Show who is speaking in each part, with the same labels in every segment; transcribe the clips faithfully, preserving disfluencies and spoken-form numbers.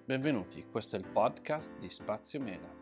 Speaker 1: Benvenuti, questo è il podcast di Spazio Mela.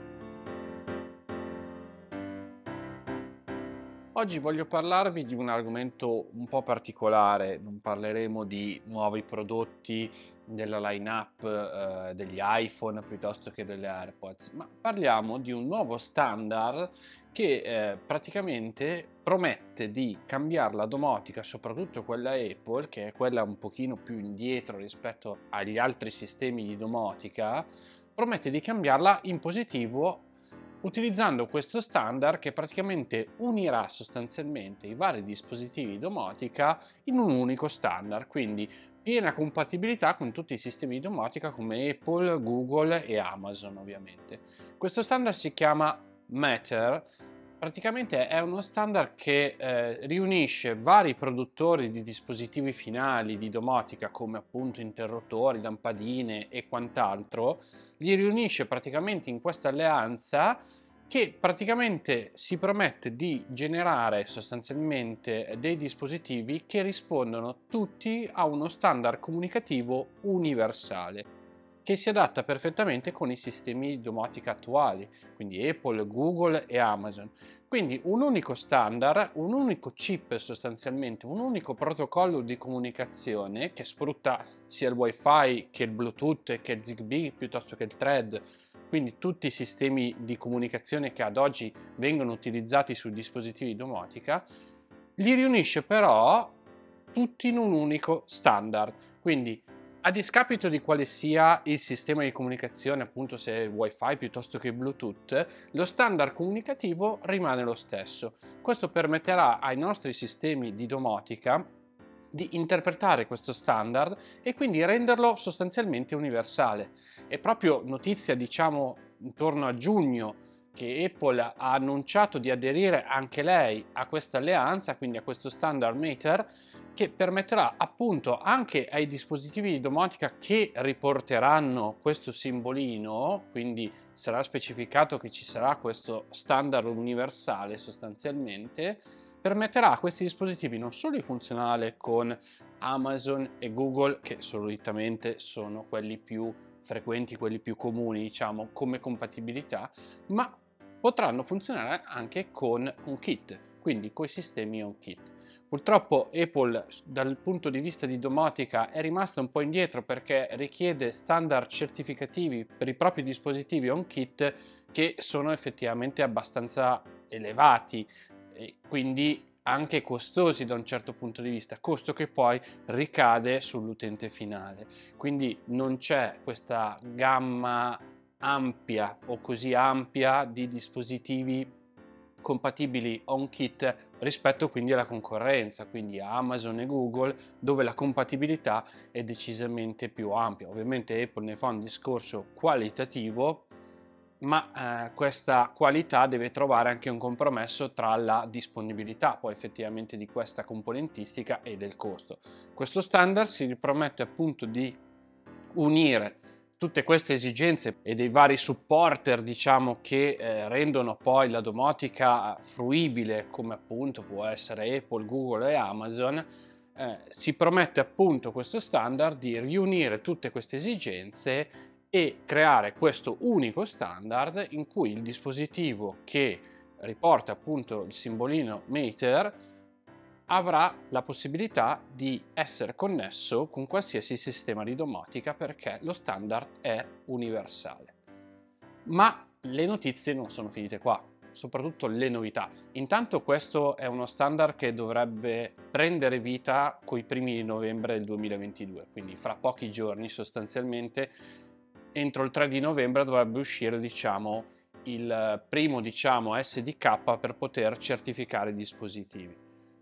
Speaker 1: Oggi voglio parlarvi di un argomento un po' particolare, non parleremo di nuovi prodotti della line-up eh, degli iPhone piuttosto che delle AirPods, ma parliamo di un nuovo standard che eh, praticamente promette di cambiare la domotica, soprattutto quella Apple, che è quella un pochino più indietro rispetto agli altri sistemi di domotica, promette di cambiarla in positivo utilizzando questo standard che praticamente unirà sostanzialmente i vari dispositivi domotica in un unico standard, quindi piena compatibilità con tutti i sistemi di domotica come Apple, Google e Amazon ovviamente. Questo standard si chiama Matter. Praticamente è uno standard che eh, riunisce vari produttori di dispositivi finali di domotica come appunto interruttori, lampadine e quant'altro, li riunisce praticamente in questa alleanza che praticamente si promette di generare sostanzialmente dei dispositivi che rispondono tutti a uno standard comunicativo universale che si adatta perfettamente con i sistemi di domotica attuali, quindi Apple, Google e Amazon. Quindi un unico standard, un unico chip sostanzialmente, un unico protocollo di comunicazione che sfrutta sia il Wi-Fi che il Bluetooth che il Zigbee piuttosto che il Thread, quindi tutti i sistemi di comunicazione che ad oggi vengono utilizzati sui dispositivi di domotica, li riunisce però tutti in un unico standard. Quindi a discapito di quale sia il sistema di comunicazione, appunto se è Wi-Fi piuttosto che Bluetooth, lo standard comunicativo rimane lo stesso. Questo permetterà ai nostri sistemi di domotica di interpretare questo standard e quindi renderlo sostanzialmente universale. È proprio notizia, diciamo, intorno a giugno che Apple ha annunciato di aderire anche lei a questa alleanza, quindi a questo standard Matter, che permetterà appunto anche ai dispositivi di domotica che riporteranno questo simbolino, quindi sarà specificato che ci sarà questo standard universale sostanzialmente, permetterà a questi dispositivi non solo di funzionare con Amazon e Google, che solitamente sono quelli più frequenti, quelli più comuni, diciamo, come compatibilità, ma potranno funzionare anche con HomeKit, quindi con i sistemi HomeKit. Purtroppo Apple dal punto di vista di domotica è rimasta un po' indietro perché richiede standard certificativi per i propri dispositivi HomeKit che sono effettivamente abbastanza elevati e quindi anche costosi da un certo punto di vista, costo che poi ricade sull'utente finale. Quindi non c'è questa gamma ampia o così ampia di dispositivi compatibili HomeKit rispetto quindi alla concorrenza, quindi a Amazon e Google, dove la compatibilità è decisamente più ampia. Ovviamente Apple ne fa un discorso qualitativo, ma eh, questa qualità deve trovare anche un compromesso tra la disponibilità poi effettivamente di questa componentistica e del costo. Questo standard si ripromette appunto di unire tutte queste esigenze e dei vari supporter, diciamo, che eh, rendono poi la domotica fruibile, come appunto può essere Apple, Google e Amazon, eh, si promette appunto questo standard di riunire tutte queste esigenze e creare questo unico standard in cui il dispositivo che riporta appunto il simbolino Matter avrà la possibilità di essere connesso con qualsiasi sistema di domotica perché lo standard è universale. Ma le notizie non sono finite qua, soprattutto le novità. Intanto questo è uno standard che dovrebbe prendere vita coi primi di novembre del duemilaventidue, quindi fra pochi giorni sostanzialmente, entro il tre di novembre dovrebbe uscire, diciamo, il primo, diciamo, S D K per poter certificare i dispositivi.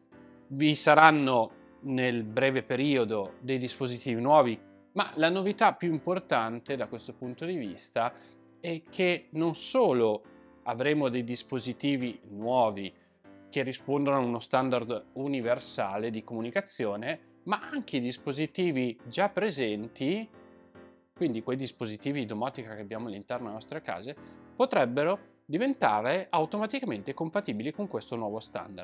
Speaker 1: Vi saranno nel breve periodo dei dispositivi nuovi, ma la novità più importante da questo punto di vista è che non solo avremo dei dispositivi nuovi che rispondono a uno standard universale di comunicazione, ma anche i dispositivi già presenti, quindi quei dispositivi di domotica che abbiamo all'interno delle nostre case, potrebbero diventare automaticamente compatibili con questo nuovo standard.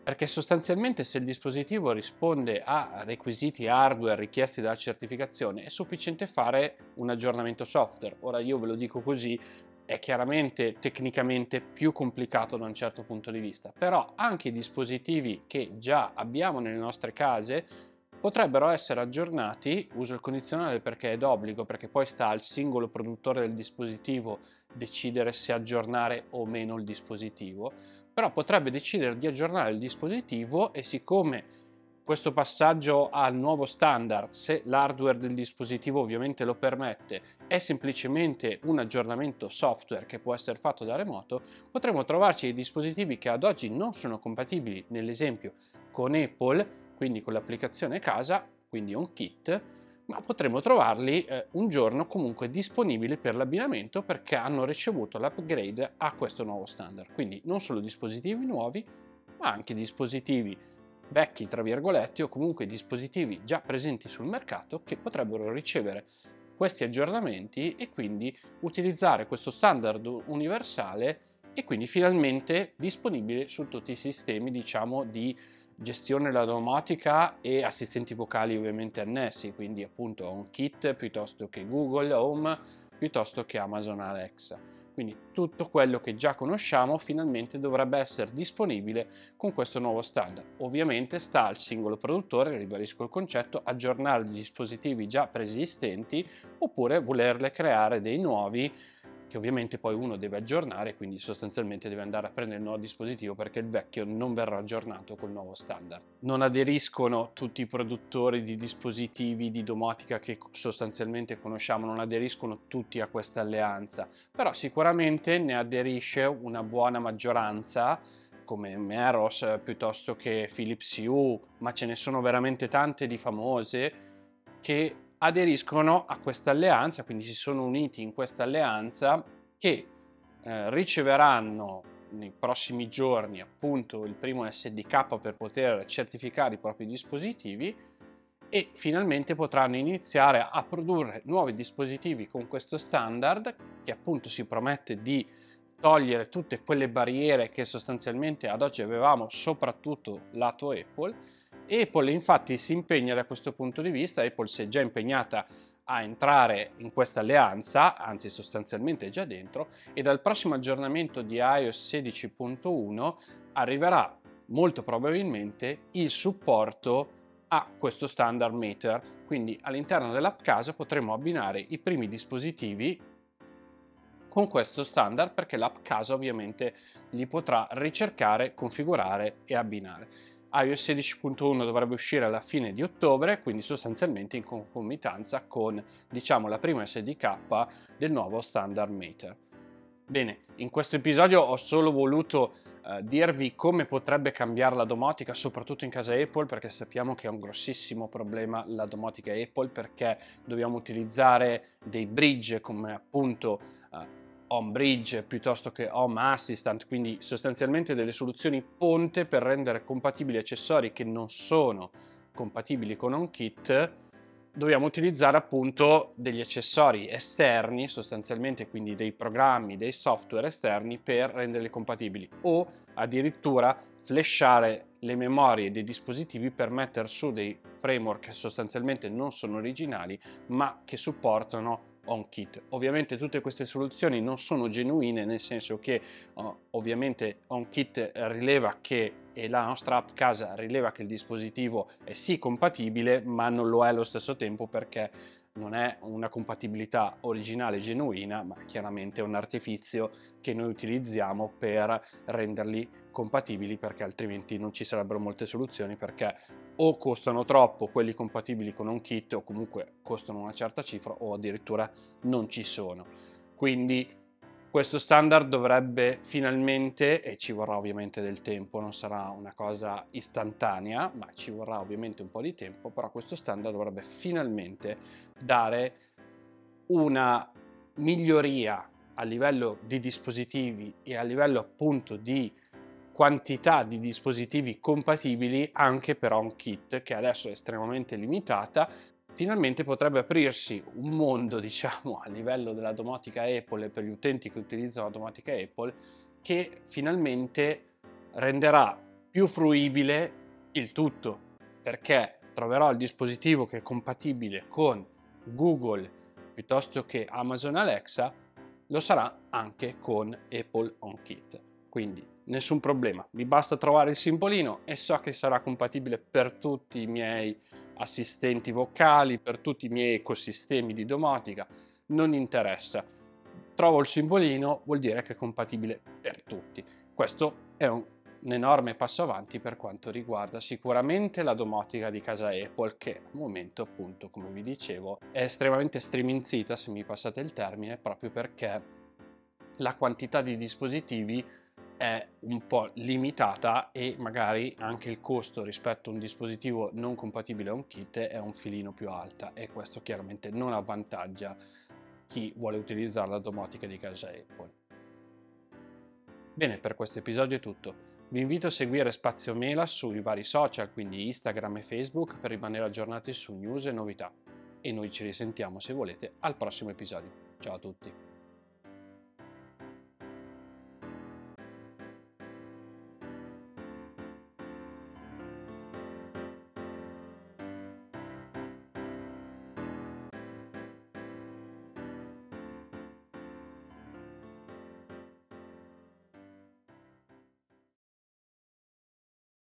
Speaker 1: Perché sostanzialmente se il dispositivo risponde a requisiti hardware richiesti dalla certificazione è sufficiente fare un aggiornamento software. Ora io ve lo dico così, è chiaramente tecnicamente più complicato da un certo punto di vista, però anche i dispositivi che già abbiamo nelle nostre case potrebbero essere aggiornati, uso il condizionale perché è d'obbligo, perché poi sta al singolo produttore del dispositivo decidere se aggiornare o meno il dispositivo, però potrebbe decidere di aggiornare il dispositivo e siccome questo passaggio al nuovo standard, se l'hardware del dispositivo ovviamente lo permette, è semplicemente un aggiornamento software che può essere fatto da remoto, potremo trovarci dei dispositivi che ad oggi non sono compatibili, nell'esempio con Apple, quindi con l'applicazione casa, quindi HomeKit, ma potremo trovarli eh, un giorno comunque disponibili per l'abbinamento perché hanno ricevuto l'upgrade a questo nuovo standard. Quindi non solo dispositivi nuovi, ma anche dispositivi vecchi, tra virgolette, o comunque dispositivi già presenti sul mercato che potrebbero ricevere questi aggiornamenti e quindi utilizzare questo standard universale e quindi finalmente disponibile su tutti i sistemi, diciamo, di gestione della domotica e assistenti vocali ovviamente annessi, quindi appunto HomeKit piuttosto che Google Home piuttosto che Amazon Alexa. Quindi tutto quello che già conosciamo finalmente dovrebbe essere disponibile con questo nuovo standard. Ovviamente sta al singolo produttore, ribadisco il concetto, aggiornare i dispositivi già preesistenti oppure volerle creare dei nuovi che ovviamente poi uno deve aggiornare, quindi sostanzialmente deve andare a prendere il nuovo dispositivo perché il vecchio non verrà aggiornato col nuovo standard. Non aderiscono tutti i produttori di dispositivi di domotica che sostanzialmente conosciamo, non aderiscono tutti a questa alleanza, però sicuramente ne aderisce una buona maggioranza come Meros piuttosto che Philips Hue, ma ce ne sono veramente tante di famose che aderiscono a questa alleanza, quindi si sono uniti in questa alleanza che eh, riceveranno nei prossimi giorni appunto il primo S D K per poter certificare i propri dispositivi e finalmente potranno iniziare a produrre nuovi dispositivi con questo standard che appunto si promette di togliere tutte quelle barriere che sostanzialmente ad oggi avevamo soprattutto lato Apple. Apple infatti si impegna da questo punto di vista, Apple si è già impegnata a entrare in questa alleanza, anzi sostanzialmente è già dentro, e dal prossimo aggiornamento di iOS sedici punto uno arriverà molto probabilmente il supporto a questo standard meter, quindi all'interno dell'app casa potremo abbinare i primi dispositivi con questo standard perché l'app casa ovviamente li potrà ricercare, configurare e abbinare. iOS sedici punto uno dovrebbe uscire alla fine di ottobre, quindi sostanzialmente in concomitanza con, diciamo, la prima S D K del nuovo standard meter. Bene, in questo episodio ho solo voluto eh, dirvi come potrebbe cambiare la domotica, soprattutto in casa Apple, perché sappiamo che è un grossissimo problema la domotica Apple, perché dobbiamo utilizzare dei bridge come appunto eh, Home Bridge piuttosto che Home Assistant, quindi sostanzialmente delle soluzioni ponte per rendere compatibili accessori che non sono compatibili con HomeKit. Dobbiamo utilizzare appunto degli accessori esterni, sostanzialmente quindi dei programmi, dei software esterni per renderli compatibili o addirittura flashare le memorie dei dispositivi per mettere su dei framework che sostanzialmente non sono originali ma che supportano HomeKit. Ovviamente tutte queste soluzioni non sono genuine, nel senso che uh, ovviamente HomeKit rileva che e la nostra app casa rileva che il dispositivo è sì compatibile ma non lo è allo stesso tempo perché non è una compatibilità originale genuina ma chiaramente è un artifizio che noi utilizziamo per renderli compatibili perché altrimenti non ci sarebbero molte soluzioni perché o costano troppo quelli compatibili con un kit o comunque costano una certa cifra o addirittura non ci sono. Quindi questo standard dovrebbe finalmente, e ci vorrà ovviamente del tempo, non sarà una cosa istantanea, ma ci vorrà ovviamente un po' di tempo, però questo standard dovrebbe finalmente dare una miglioria a livello di dispositivi e a livello appunto di quantità di dispositivi compatibili anche per HomeKit, che adesso è estremamente limitata. Finalmente potrebbe aprirsi un mondo, diciamo, a livello della domotica Apple e per gli utenti che utilizzano la domotica Apple, che finalmente renderà più fruibile il tutto, perché troverò il dispositivo che è compatibile con Google piuttosto che Amazon Alexa, lo sarà anche con Apple HomeKit. Quindi nessun problema, mi basta trovare il simbolino e so che sarà compatibile per tutti i miei assistenti vocali, per tutti i miei ecosistemi di domotica, non interessa. Trovo il simbolino, vuol dire che è compatibile per tutti. Questo è un, un enorme passo avanti per quanto riguarda sicuramente la domotica di casa Apple, che al momento, appunto, come vi dicevo, è estremamente striminzita, se mi passate il termine, proprio perché la quantità di dispositivi è un po' limitata e magari anche il costo rispetto a un dispositivo non compatibile a HomeKit è un filino più alta, e questo chiaramente non avvantaggia chi vuole utilizzare la domotica di casa Apple. Bene, per questo episodio è tutto. Vi invito a seguire Spazio Mela sui vari social, quindi Instagram e Facebook, per rimanere aggiornati su news e novità. E noi ci risentiamo, se volete, al prossimo episodio. Ciao a tutti!